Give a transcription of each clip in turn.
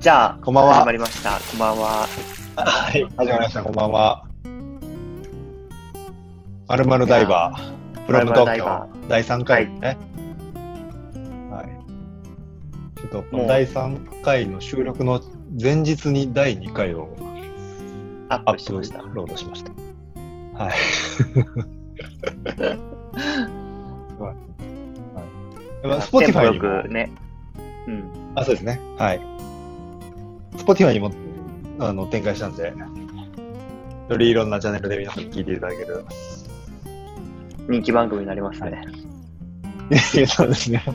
じゃあ、 こんばんは。 始まりました。こんばんは。 はい、始まりました。こんばんは。まるまるダイバー、フロム東京、第3回ね。はい。ちょっと、この第3回の収録の前日に第2回をアップしました。 ロードしました。はい。Spotify にも、 ね。 あ、そうですね。はい。Spotify にも展開したんで、よりいろんなチャンネルで皆さんに聞いていただける人気番組になりますね。 いや、そうですね。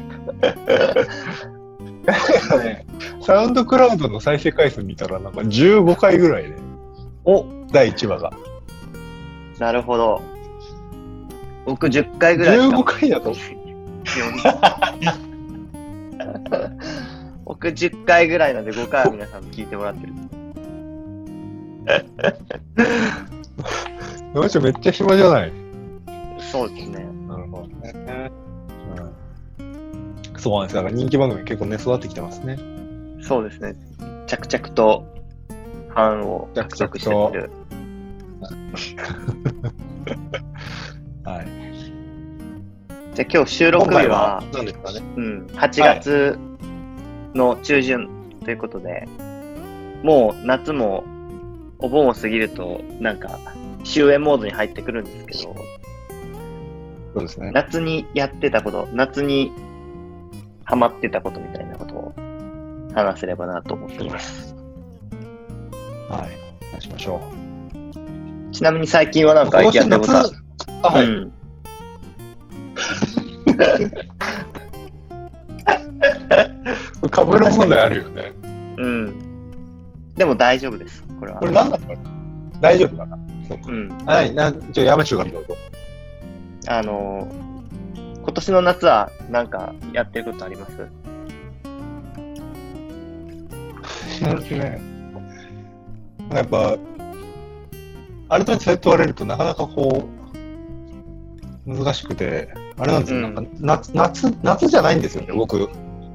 サウンドクラウドの再生回数見たらなんか15回ぐらいで、第1話が。 なるほど。僕10回ぐらいしか。 15回だと僕10回ぐらいなんで5回は皆さん聞いてもらってる。 めっちゃ暇じゃない？ そうですね。 なるほどね。そうなんです。だから人気番組結構ね、育ってきてますね。 そうですね。着々とファンを獲得してくる。 はい。 じゃあ今日収録日は、 何ですかね。 8月の中旬ということで、もう夏もお盆を過ぎるとなんか終焉モードに入ってくるんですけど、 そうですね。 夏にやってたこと、夏にハマってたことみたいなことを話せればなと思っています。 はい、話しましょう。ちなみに最近はなんかやってることは、 はい。かぶる問題あるよね。 でも大丈夫です。これは。 これ何だったの？大丈夫かな？はい、山中からどうぞ。 今年の夏はなんかやってることあります？ そうですね。やっぱ、改めてそうやって言われるとなかなかこう、難しくて、あれなんですよ、なんか夏じゃないんですよね、僕。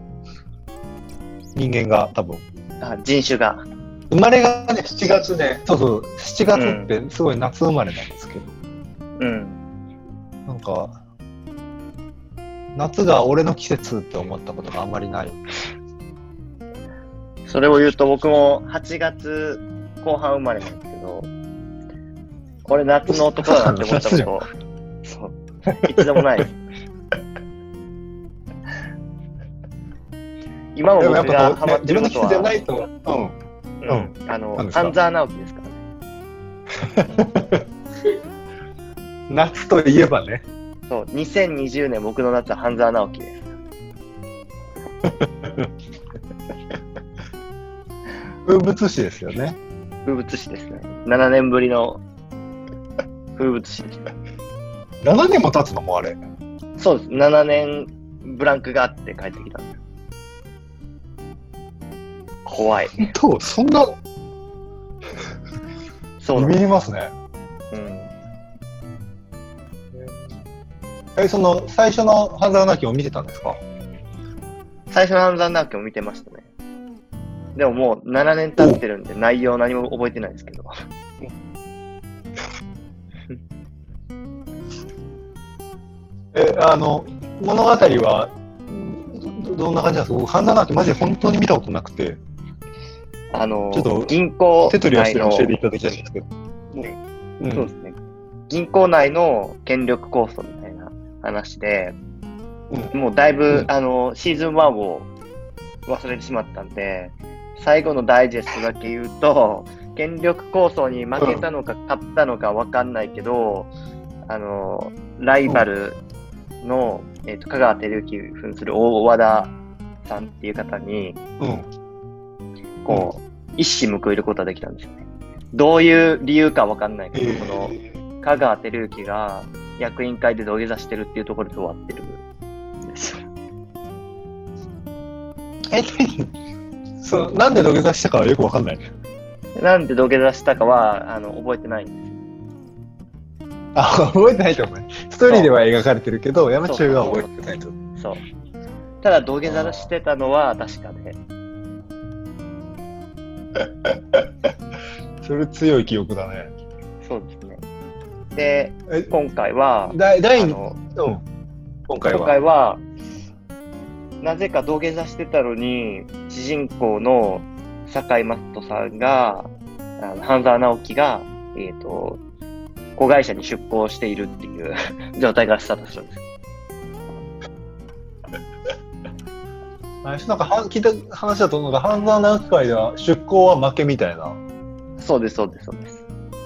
人間が多分。 人種が。 生まれがね、7月で、そう、7月ってすごい夏生まれなんですけど。なんか、夏が俺の季節って思ったことがあんまりない。 それを言うと僕も8月後半生まれなんですけど、俺夏の男だなって思ったこと、そう、いつでもないです。今も僕がハマってることは、 自分の季節じゃないと、 半沢直樹ですからね。 夏といえばね。 そう、2020年僕の夏は半沢直樹です。 風物詩ですよね。 風物詩ですね。7年ぶりの風物詩でした。 7年も経つのもあれ。 そうです。7年ブランクがあって帰ってきたんですよ。怖い。 そんな、 そうビビりますね。その最初の半沢直樹を見てたんですか？ 最初の半沢直樹を見てましたね。でももう7年経ってるんで内容何も覚えてないですけど。 物語はどんな感じなんですか？僕半沢直樹マジで本当に見たことなくて。ちょっと銀行手取りをして教えていただきたいんですけど。 そうですね。銀行内の権力構想みたいな話で、もうだいぶ、シーズン1を忘れてしまったんで、最後のダイジェストだけ言うと、権力構想に負けたのか勝ったのか分かんないけど、ライバルの、香川照之扮する大和田さんっていう方に、こう、一矢報いることができたんですよね。どういう理由か分かんないけど、この香川照之が役員会で土下座してるっていうところで終わってるんですよ。 なんで土下座したかはよく分かんない。 なんで土下座したかは覚えてないんですよ。 覚えてないと思う。ストーリーでは描かれてるけど、山中が覚えてないと。 そう。ただ土下座してたのは確かで。 それ強い記憶だね。 そうですね。で、今回は、今回は、なぜか土下座してたのに、主人公の堺雅人さんが、半沢直樹が、子会社に出向しているっていう状態がスタートするんです。 なんか聞いた話だと、なんか半沢直樹会では出向は負けみたいな。 そうです、そうです、そうです。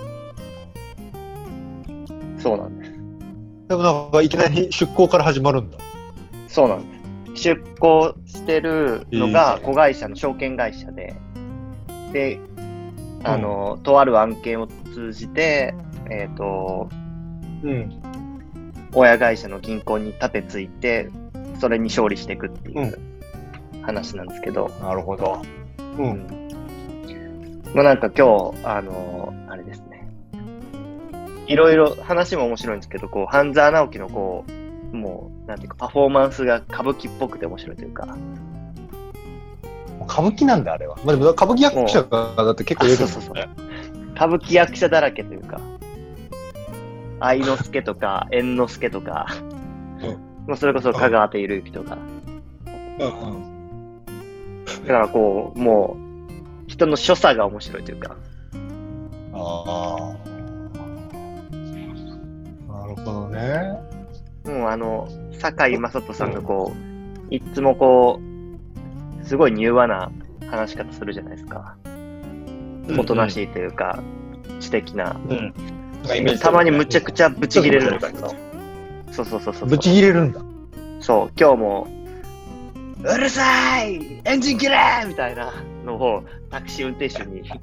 そうなんです。 でもなんかいきなり出向から始まるんだ。 そうなんです。出向してるのが子会社の証券会社で、で、とある案件を通じて、親会社の銀行に立てついて、それに勝利していくっていう話なんですけど。 なるほど。 まあなんか今日、あれですね。いろいろ話も面白いんですけど、こう、半沢直樹のこう、もう、なんていうか、パフォーマンスが歌舞伎っぽくて面白いというか。 歌舞伎なんだ、あれは。まあ、でも歌舞伎役者がだって結構いるんですね。 そう。歌舞伎役者だらけというか、愛之助とか、猿之助とか、もうそれこそ香川照之とか。だからこう、もう、人の所作が面白いというか。 ああ。なるほどね。 もう堺雅人さんがこう、いつもこう、すごい柔和な話し方するじゃないですか。おとなしいというか、知的な。たまにむちゃくちゃブチ切れるんですよ。そう。 ブチ切れるんだ。 そう、今日も、うるさいエンジン切れみたいなのをタクシー運転手に。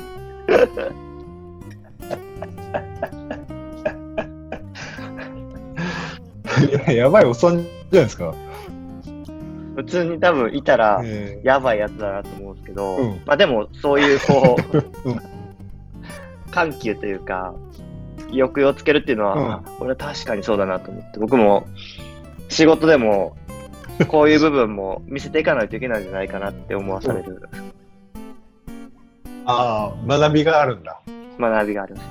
やばいおっさんじゃないですか。 普通に多分いたらやばいやつだなと思うんですけど、まあでもそういうこう、緩急というか抑揚をつけるっていうのは、俺は確かにそうだなと思って、僕も仕事でもこういう部分も見せていかないといけないんじゃないかなって思わされる。 ああ、学びがあるんだ。 学びがある。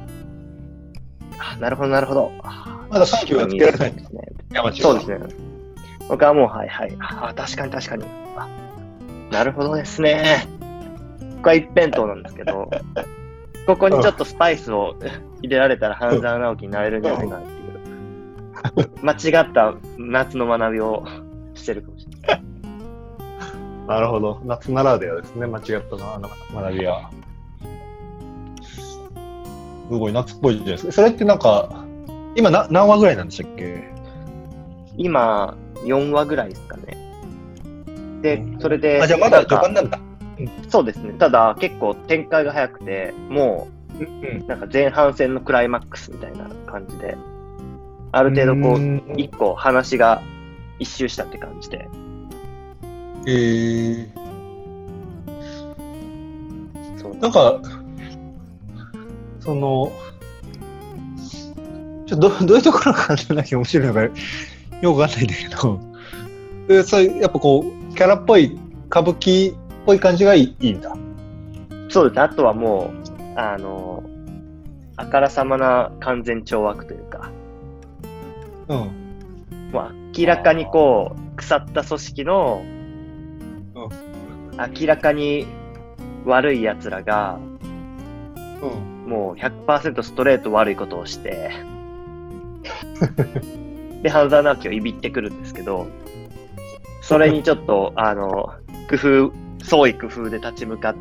なるほど、なるほど。 まだ3級はつけられないんですね。 そうですね。僕はもう、はい。確かに。なるほどですね。ここは一辺倒なんですけど、ここにちょっとスパイスを入れられたら半沢直樹になれるんじゃないかなっていう。間違った夏の学びをしてるかもしれない。 なるほど。夏ならではですね、間違った学びは。すごい夏っぽいじゃないですか。それってなんか、今何話ぐらいなんでしたっけ？ 今、4話ぐらいですかね。で、それで。 じゃあまだ序盤なんだ。 そうですね。ただ、結構展開が早くて、もう、なんか前半戦のクライマックスみたいな感じで、ある程度こう、一個話が一周したって感じで。 なんか、どういうところが面白いのかよくわかんないんだけど、それやっぱこう、キャラっぽい、歌舞伎っぽい感じがいいんだ。 そうです。あとはもう、あからさまな完全懲悪というか、もう明らかにこう、腐った組織の、明らかに悪い奴らが、もう 100% ストレート悪いことをして、で、半沢直樹をいびってくるんですけど、それにちょっと、創意工夫で立ち向かって、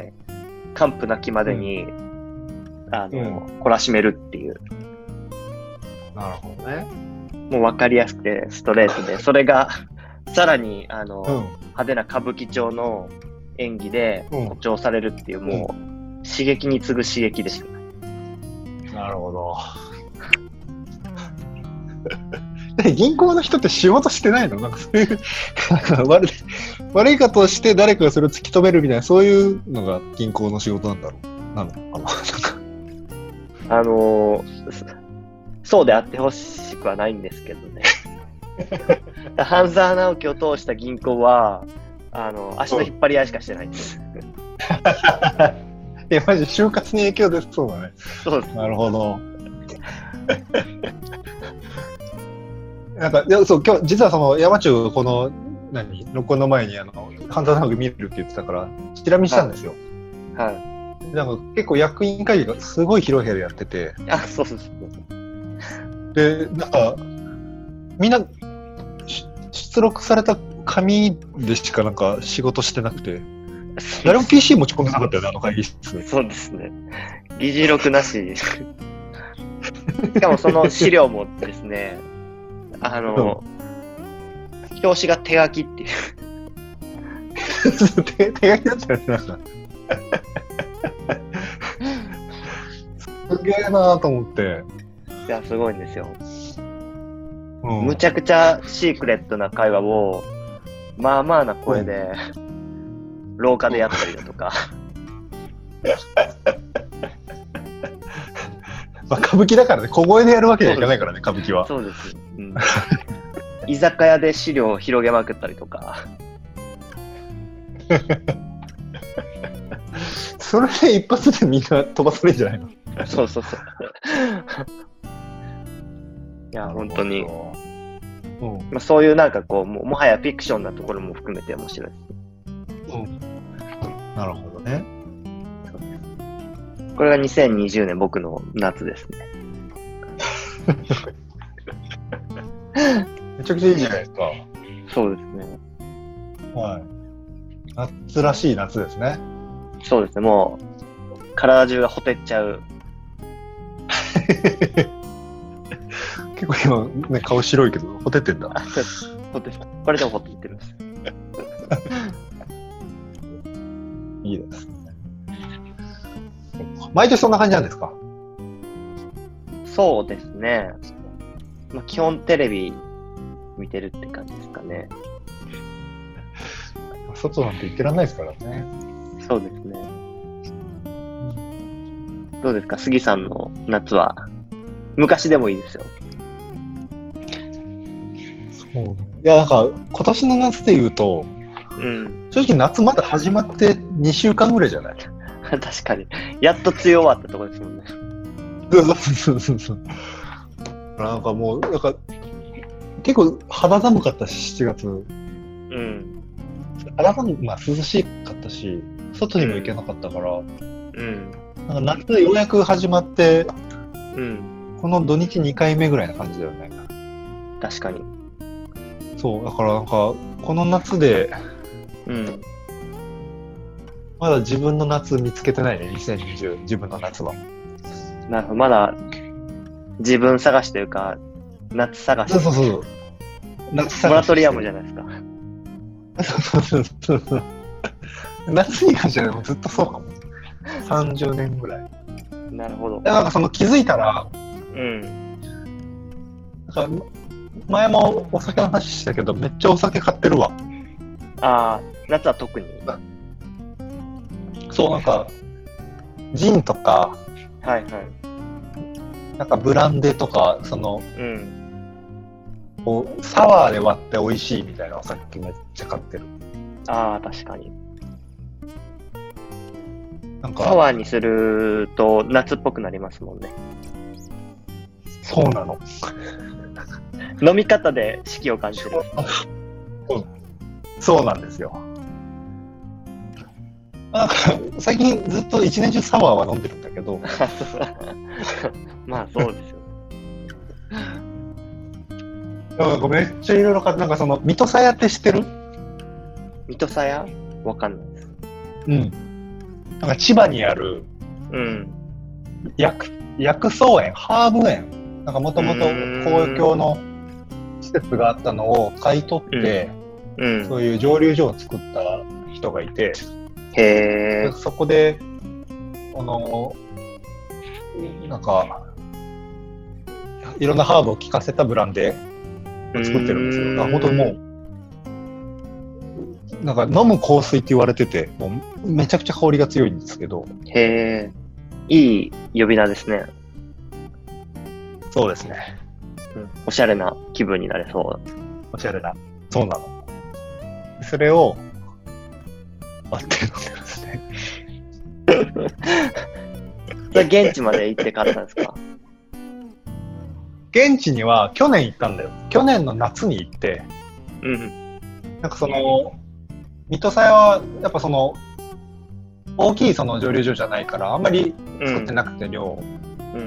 完膚なきまでに、懲らしめるっていう。 なるほどね。 もう分かりやすくてストレートで、それが、さらに、派手な歌舞伎町の演技で誇張されるっていう、もう、刺激に次ぐ刺激でしたね。 なるほど。銀行の人って仕事してないの？なんかそういう悪いことをして誰かがそれを突き止めるみたいな、そういうのが銀行の仕事なんだろう。なのかな。そうであってほしくはないんですけどね。半沢直樹を通した銀行は、足の引っ張り合いしかしてないんです。 いや、マジ、就活に影響出そうだね。 そうです。 なるほど。なんか、いや、そう、今日、実はその、山中、この、録音の前に、ハンターハグ見るって言ってたから、チラ見したんですよ。 はい。 なんか、結構役員会議がすごい広い部屋でやってて。 あ、そうそうそう。 で、なんか、みんな、出力された紙でしかなんか仕事してなくて、誰も PC 持ち込んでなかったよね、会議室。 そうですね。議事録なし。しかもその資料もですね、表紙が手書きっていう。 手書きだったよね、なんか。すげえなぁと思って。 いや、すごいんですよ。 むちゃくちゃシークレットな会話を、まあまあな声で、廊下でやったりだとか。 まあ、歌舞伎だからね、小声でやるわけにはいかないからね、歌舞伎は。 そうです。うん、居酒屋で資料を広げまくったりとか。 それで一発でみんな飛ばされるんじゃないの？ そうそうそう。いや、本当に。まあ、そういうなんかこう、もはやフィクションなところも含めて面白いです。 なるほどね。 これが2020年僕の夏ですね。 めちゃくちゃいいじゃないですか。 そうですね。 はい。夏らしい夏ですね。 そうですね。もう、体中がほてっちゃう。 結構今、ね、顔白いけど、ほてってんだ。 ほてった。これでもほてってるんです。 いいですね。毎年そんな感じなんですか？ そうですね。まあ、基本テレビ見てるって感じですかね。 外なんて行ってらんないですからね。 そうですね。どうですか、杉さんの夏は。昔でもいいですよ。 そう。いや、なんか、今年の夏で言うと、正直夏まだ始まって2週間ぐらいじゃない？ 確かに。やっと梅雨終わったところですもんね。 そう。なんかもう、なんか、結構肌寒かったし、7月。肌寒、まあ涼しかったし、外にも行けなかったから、なんか夏ようやく始まって、この土日2回目ぐらいな感じだよね。 確かに。 そう、だからなんか、この夏で、まだ自分の夏見つけてないね、2020、自分の夏は。 なるほど、まだ自分探しというか、夏探し。 そう。夏探し。 モラトリアムじゃないですか。 そう。夏に関してはずっとそうかも。30年ぐらい。 なるほど。 なんかその気づいたら、なんか前もお酒の話したけど、めっちゃお酒買ってるわ。 ああ、夏は特に。 そう、なんか、ジンとか、なんかブランデとか、その、こうサワーで割って美味しいみたいなお酒めっちゃ買ってる。 ああ、確かに。 なんかサワーにすると夏っぽくなりますもんね。 そうなの。 飲み方で四季を感じる。 そうなんですよ。なんか最近ずっと一年中サワーは飲んでるんだけど。 まあそうですよ。 なんかめっちゃいろいろ買って、なんかその水戸さやって知ってる？ 水戸さや？わかんないです。 なんか千葉にある、薬草園、ハーブ園。なんかもともと公共の施設があったのを買い取って、そういう蒸留所を作った人がいて、そこで、なんか、いろんなハーブを効かせたブランデーを作ってるんですよ。本当にもう、なんか飲む香水って言われてて、もうめちゃくちゃ香りが強いんですけど。 いい呼び名ですね。 そうですね。 おしゃれな気分になれそう。 おしゃれな。そうなの。それを、 あって飲んでますね。 それ現地まで行って買ったんですか？ 現地には去年行ったんだよ。去年の夏に行って、 うん。 なんかその、水戸鞘は、やっぱその、大きいその蒸留所じゃないから、あんまり作ってなくて量。 うん。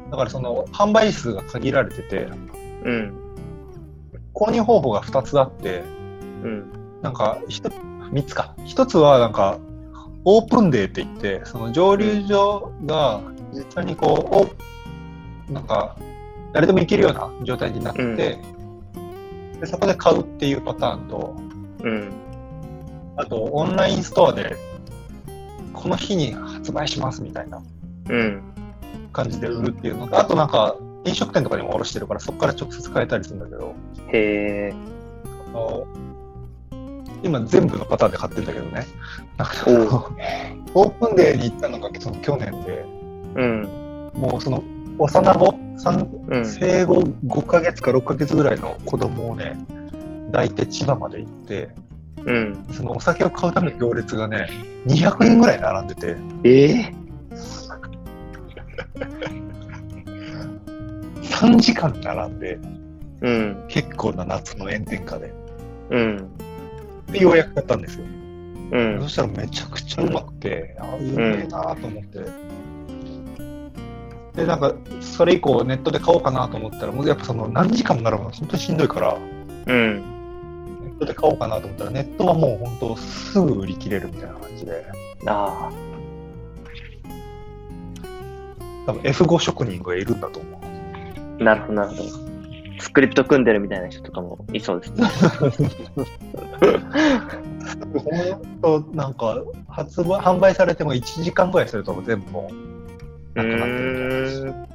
だからその、販売数が限られてて、 うん。 購入方法が2つあって、 うん。 なんか、3つか。1つはなんか、オープンデーって言って、その蒸留所が実際にこう、なんか、誰でも行けるような状態になって、でそこで買うっていうパターンと、 うん。 あと、オンラインストアで、この日に発売しますみたいな感じで売るっていうのと、あとなんか、飲食店とかにも卸してるから、そこから直接買えたりするんだけど、 へー。 今全部のパターンで買ってるんだけどね。なんかオープンデーに行ったのがその去年で、 うん。 もうその幼子、生後5ヶ月か6ヶ月ぐらいの子供をね、抱いて千葉まで行って、 うん。 そのお酒を買うための行列がね、200人ぐらい並んでて。3時間並んで、 うん。 結構な夏の炎天下で。 うん。 で、ようやく買ったんですよ。 うん。 そしたらめちゃくちゃうまくて、うめえなと思って。で、なんか、それ以降ネットで買おうかなと思ったら、もうやっぱその何時間も並ぶの本当にしんどいから、ネットで買おうかなと思ったら、ネットはもう本当すぐ売り切れるみたいな感じで。 ああ。 多分 F5 職人がいるんだと思う。なるほど、なるほど。スクリプト組んでるみたいな人とかもいそうですね。 本当なんか販売されても1時間ぐらいすると全部もうなくなってるみたいな。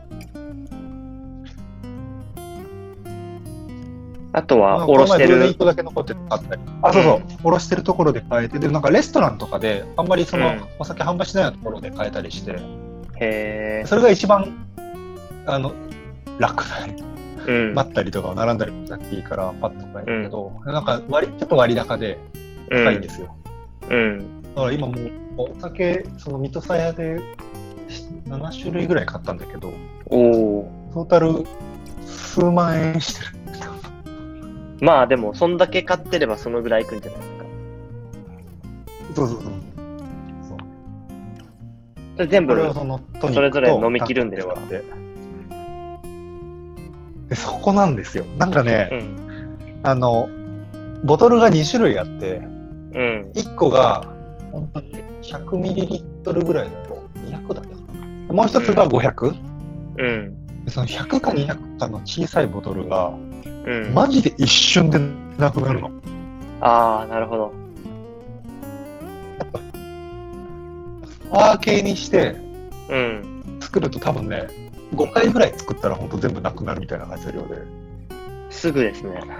あとはおろしてる。 1個だけ残ってあったり。あ、そうそう。おろしてるところで買えて、でなんかレストランとかであんまりそのお酒販売しないようなところで買えたりして、 へー。 それが一番楽だね。待ったりとか並んだりしなくていいからパッと買えるけど、なんかちょっと割高で高いんですよ。だから今もうお酒、その水戸鞘で7種類ぐらい買ったんだけど、トータル数万円してる。 まあでもそんだけ買ってればそのぐらいいくんじゃないですか。 そう。 それ全部それぞれ飲み切るんですか？ でそこなんですよ。なんかね、ボトルが2種類あって、1個が本当に 100ml ぐらいだと200だったかな。もう一つが500。でその100か200かの小さいボトルが、マジで一瞬でなくなるの。 ああ、なるほど。 パー系にして、作ると多分ね、5回ぐらい作ったら本当全部なくなるみたいな感じの量で。 すぐですね。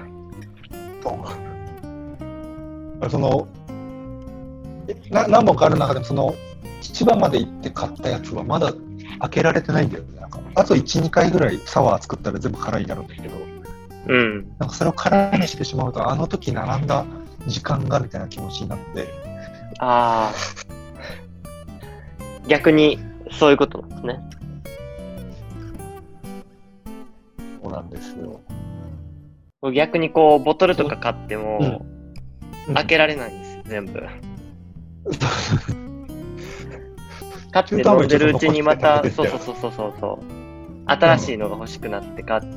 その何本かある中でもその千葉まで行って買ったやつはまだ開けられてないんだよね。なんかあと 1,2 回ぐらいサワー作ったら全部空になるんだけど、なんかそれを空にしてしまうとあの時並んだ時間がみたいな気持ちになって。 ああ。逆にそういうことなんですね。 そうなんですよ。 逆にこうボトルとか買っても、開けられないんですよ、全部。買って飲んでるうちにまた、そう。新しいのが欲しくなって買って。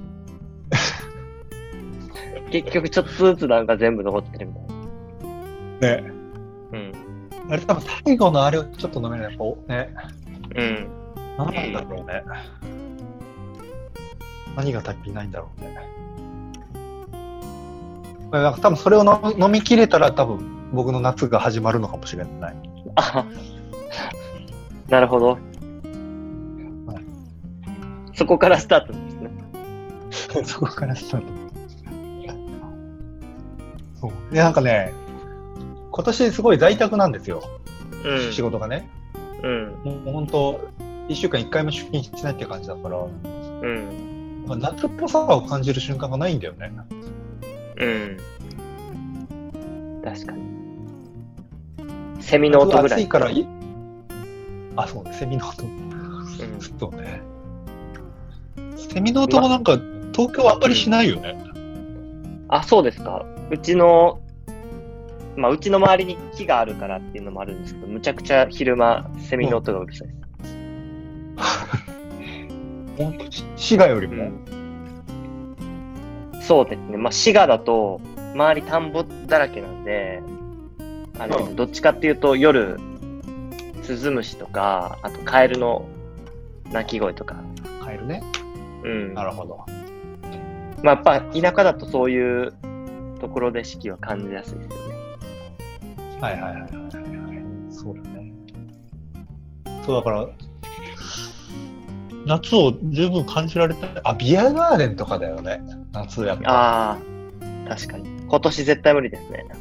結局ちょっとずつなんか全部残ってるみたいな。 ね。あれ多分最後のあれをちょっと飲めないとね。何なんだろうね。何が足りないんだろうね。なんか多分それを飲み切れたら多分僕の夏が始まるのかもしれない。 なるほど。そこからスタートですね。 そこからスタート。そう。で、なんかね、今年すごい在宅なんですよ。仕事がね。もう本当、1週間1回も出勤しないって感じだから、夏っぽさを感じる瞬間がないんだよね。 確かに。 セミの音ぐらい。 暑いからあ、そうね、セミの音。そうね。セミの音もなんか、東京はあんまりしないよね。 あ、そうですか。うちの周りに木があるからっていうのもあるんですけど、むちゃくちゃ昼間、セミの音がうるさいです。 ほんと、滋賀よりも、 そうですね。滋賀だと、周り田んぼだらけなんで、どっちかっていうと夜、スズムシとか、あとカエルの鳴き声とか。 カエルね。なるほど。 やっぱ田舎だとそういうところで四季は感じやすいですよね。 はい。そうだね。そうだから、夏を十分感じられた。ビアガーデンとかだよね。夏やっぱ。 確かに。今年絶対無理ですね。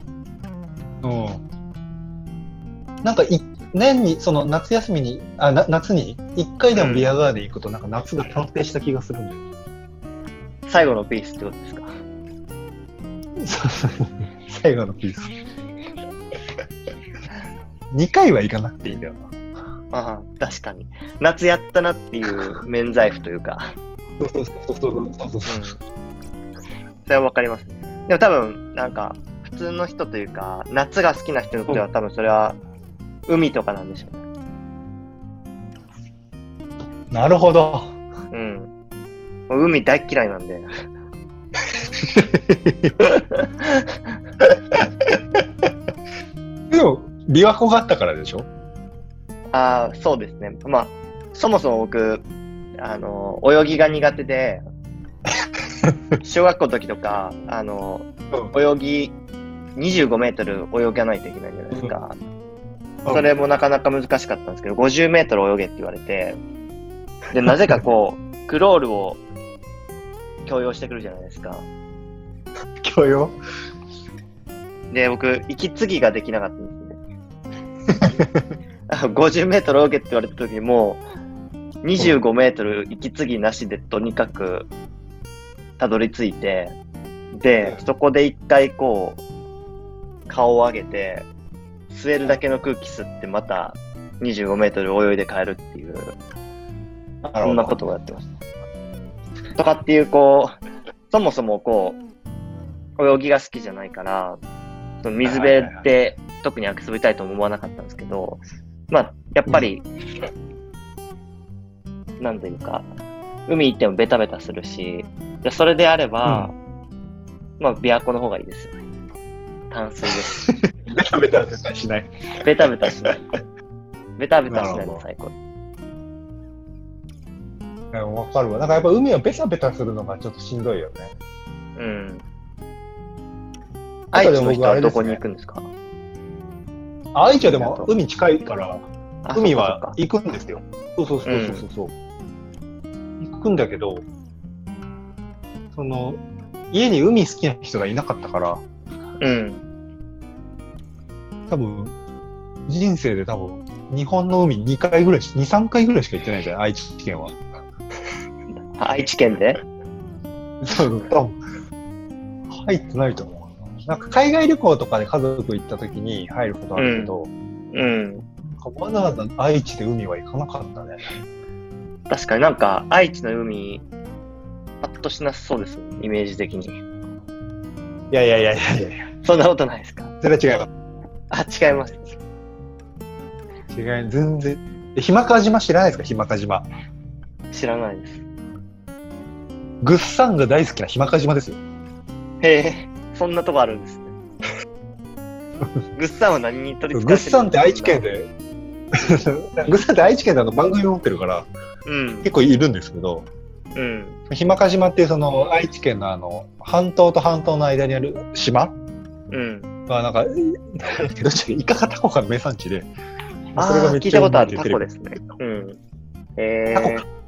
なんか年に、その夏休みに、夏に1回でもビアガーデン行くと、なんか夏が達成した気がするんだよ。 最後のピースってことですか？ 最後のピース。2回は行かなくていいんだよな。確かに。夏やったなっていう免罪符というか。 そう。 それはわかりますね。でも多分、なんか、普通の人というか、夏が好きな人にとっては多分それは、海とかなんでしょうね。 なるほど。 海大嫌いなんで。 でも、琵琶湖があったからでしょ？ そうですね。そもそも僕、泳ぎが苦手で、小学校の時とか、泳ぎ25メートル泳がないといけないじゃないですか。それもなかなか難しかったんですけど、50メートル泳げって言われて、で、なぜかクロールを強要してくるじゃないですか。 強要？ で、僕、息継ぎができなかったんですね。50メートル泳げって言われた時にもう、25メートル息継ぎなしでとにかくたどり着いて、で、そこで一回顔を上げて、吸えるだけの空気吸ってまた25メートル泳いで帰るっていう、そんなことをやってました。とかっていう、そもそも泳ぎが好きじゃないから、その水辺で特に遊びたいとも思わなかったんですけど、やっぱり、なんていうか、海行ってもベタベタするし、それであれば、琵琶湖の方がいいですよね。淡水です。 ベタベタは絶対しない。 ベタベタしない。ベタベタしないの最高。 わかるわ。なんかやっぱ海はベタベタするのがちょっとしんどいよね。 愛知の人はどこに行くんですか？ 愛知はでも海近いから、海は行くんですよ。そう。行くんだけど、家に海好きな人がいなかったから、多分、人生で日本の海2回ぐらい、2、3回ぐらいしか行ってないじゃん、愛知県は。 愛知県で？ 多分、入ってないと思う。なんか海外旅行とかで家族行った時に入ることあるけど、わざわざ愛知で海は行かなかったね。 確かになんか愛知の海、パッとしなさそうですね、イメージ的に。 いや。 そんなことないですか？ それは違います。 違います。 全然。日間賀島知らないですか？日間賀島。 知らないです。 グッサンが大好きな日間賀島ですよ。 へえ、そんなとこあるんですね。グッサンは何に取りグッサンって愛知県で、グッサンって愛知県で番組持ってるから、結構いるんですけど、日間賀島っていう愛知県の半島と半島の間にある島がなんか、どっちかイカかタコかの名産地で、それがめっちゃ聞いたことあるタコですね。 タコか。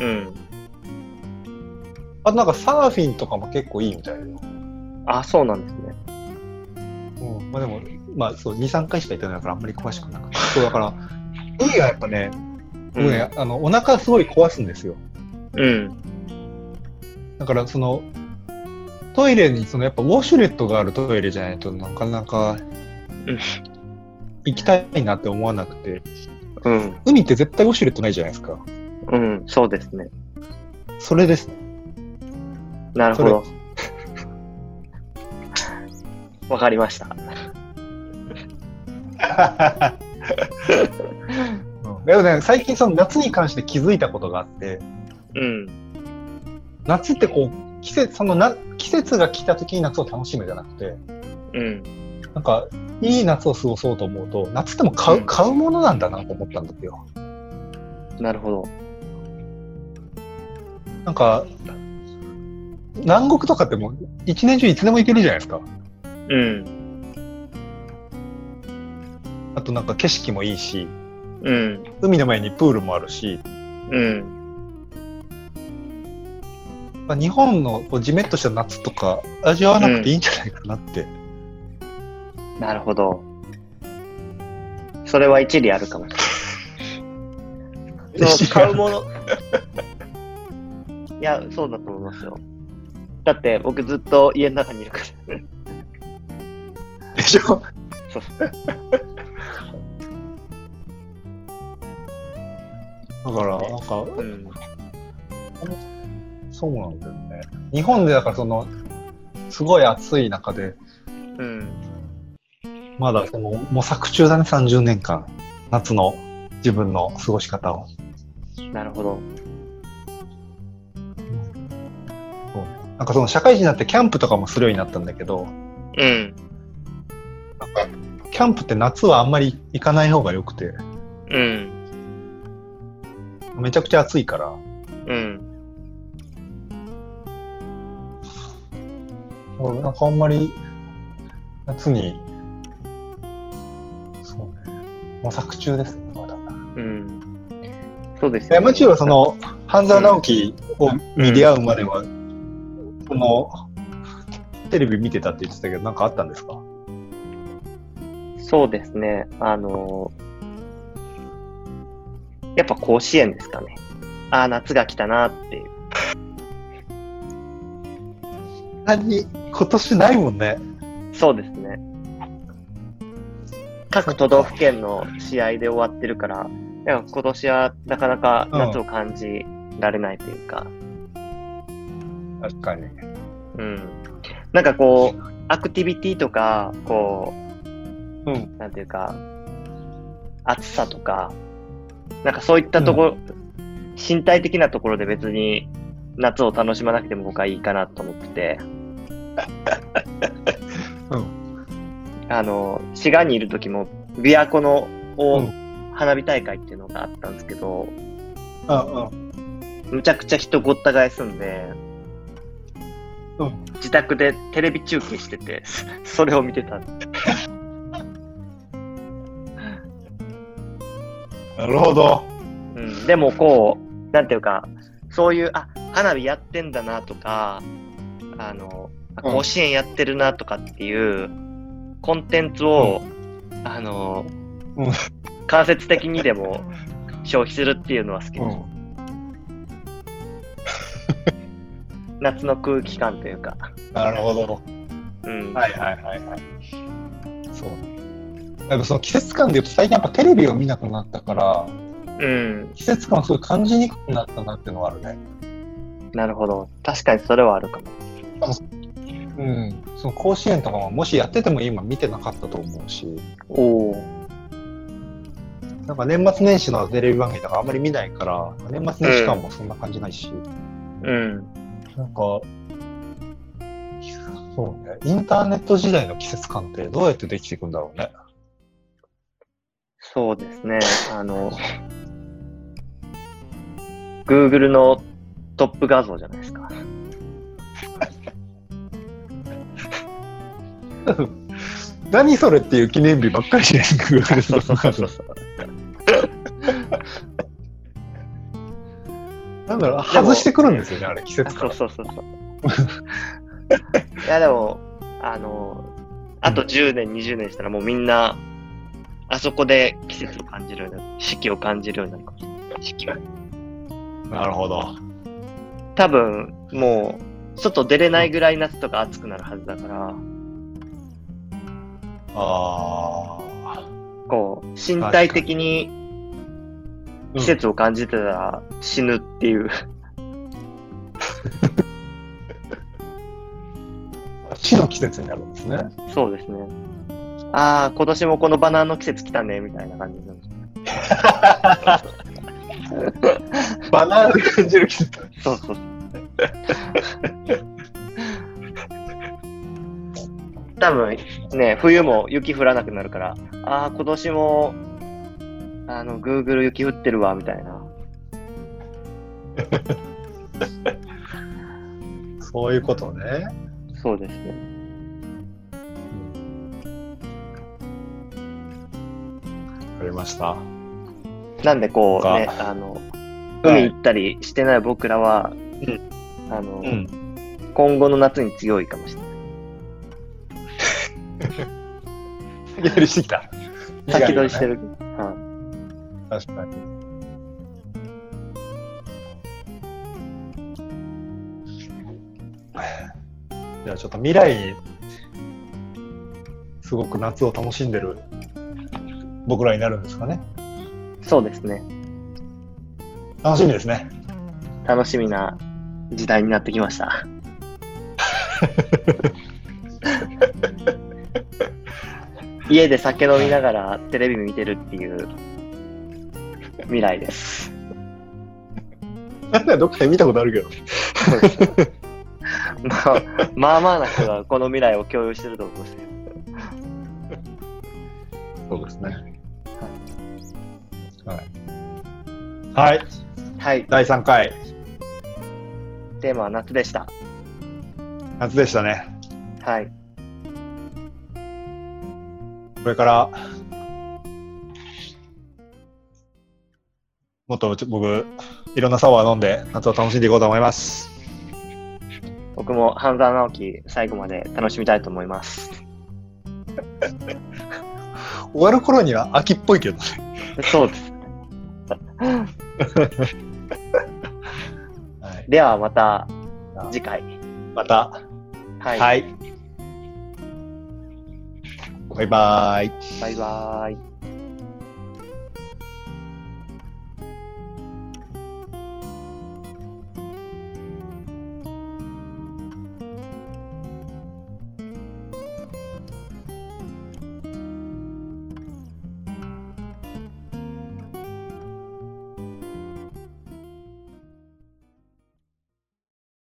あとなんかサーフィンとかも結構いいみたいよ。 そうなんですね。 でも、そう、2、3回しか行ってないからあんまり詳しくなくて。そう、だから、海がやっぱね、お腹すごい壊すんですよ。だから、トイレに、やっぱウォシュレットがあるトイレじゃないとなかなか、 行きたいなって思わなくて、 うん。 海って絶対ウォシュレットないじゃないですか。 うん、そうですね。 それですね。 なるほど。わかりました。 でもね、最近その夏に関して気づいたことがあって、 うん。 夏ってこう、季節が来た時に夏を楽しむじゃなくて、 うん。 なんか、いい夏を過ごそうと思うと、夏っても買うものなんだなと思ったんですよ。 なるほど。 なんか、南国とかってもう一年中いつでも行けるじゃないですか。 うん。 あとなんか景色もいいし、 うん。 海の前にプールもあるし、 うん。 まあ、日本のこうジメッとした夏とか味わわなくていいんじゃないかなって。 なるほど。それは一理あるかもしれない。その買うもの。いや、そうだと思いますよ。だって僕ずっと家の中にいるから。 でしょ？ そう。 だから、なんか、 うん、 そうなんだよね。日本でだからその、すごい暑い中で、 うん、 まだその模索中だね、30年間。夏の自分の過ごし方を。 なるほど。 なんかその社会人になってキャンプとかもするようになったんだけど、 うん。 なんかキャンプって夏はあんまり行かない方が良くて、 うん。 めちゃくちゃ暑いから、 うん。 なんかあんまり夏に、そうね、模索中ですね、まだ。 うん。そうですね。もちろんその、半沢直樹に出会うまでは、その、テレビ見てたって言ってたけど、なんかあったんですか？ そうですね。やっぱ甲子園ですかね。ああ、夏が来たなっていう。 今年ないもんね。 そうですね。各都道府県の試合で終わってるから、でも今年はなかなか夏を感じられないというか。 確かに。 うん。なんかこう、アクティビティとか、こう、なんていうか、暑さとか、なんかそういったところ、身体的なところで別に夏を楽しまなくても僕はいいかなと思ってて。滋賀にいる時も、琵琶湖の花火大会っていうのがあったんですけど、むちゃくちゃ人ごった返すんで、自宅でテレビ中継してて、それを見てた。 なるほど。 うん、でもこう、なんていうか、そういう、花火やってんだなとか、甲子園やってるなとかっていうコンテンツを、間接的にでも消費するっていうのは好きです。夏の空気感というか。 なるほど。 うん。 はい。そう。やっぱその季節感で言うと最近やっぱテレビを見なくなったから、季節感をすごい感じにくくなったなっていうのはあるね。なるほど。確かにそれはあるかも。 その甲子園とかももしやってても今見てなかったと思うし。なんか年末年始のテレビ番組とかあんまり見ないから、年末年始感もそんな感じないし。なんか、そうね、インターネット時代の季節感ってどうやってできていくんだろうね。 そうですね。Google のトップ画像じゃないですか。 何それっていう記念日ばっかりじゃないですか、Google のトップ画像。なんだろう、外してくるんですよね、あれ、季節から。 そう。いや、でも、あと10年、20年したらもうみんな、あそこで季節を感じるような、四季を感じるようになるかもしれない。四季は。 なるほど。 多分、もう、外出れないぐらい夏とか暑くなるはずだから。 こう、身体的に季節を感じてたら死ぬっていう。 死の季節になるんですね。 そうですね。ああ、今年もこのバナナの季節来たね、みたいな感じなんです。 バナナで感じる季節。 そうそうそう。多分ね、冬も雪降らなくなるから、ああ、今年も、Google 雪降ってるわ、みたいな。 そういうことね。 そうですね。 わかりました。 なんでこうね、海行ったりしてない僕らは、今後の夏に強いかもしれない。 先取りしてきた。 先取りしてる。 確かに。じゃあちょっと未来にすごく夏を楽しんでる僕らになるんですかね。 そうですね。 楽しみですね。 楽しみな時代になってきました。家で酒飲みながらテレビ見てるっていう未来です。 なんかどっかで見たことあるけど。 まあまあな人がこの未来を共有してると思いますよ。 そうですね。はい。はい。 はい。 第3回。 テーマは夏でした。 夏でしたね。 はい。 これからもっと僕いろんなサワー飲んで夏を楽しんでいこうと思います。 僕も半沢直樹最後まで楽しみたいと思います。 終わる頃には秋っぽいけどね。 そうです。 はい、 ではまた次回。 また。 はい。 はい。バイバーイ。 バイバーイ。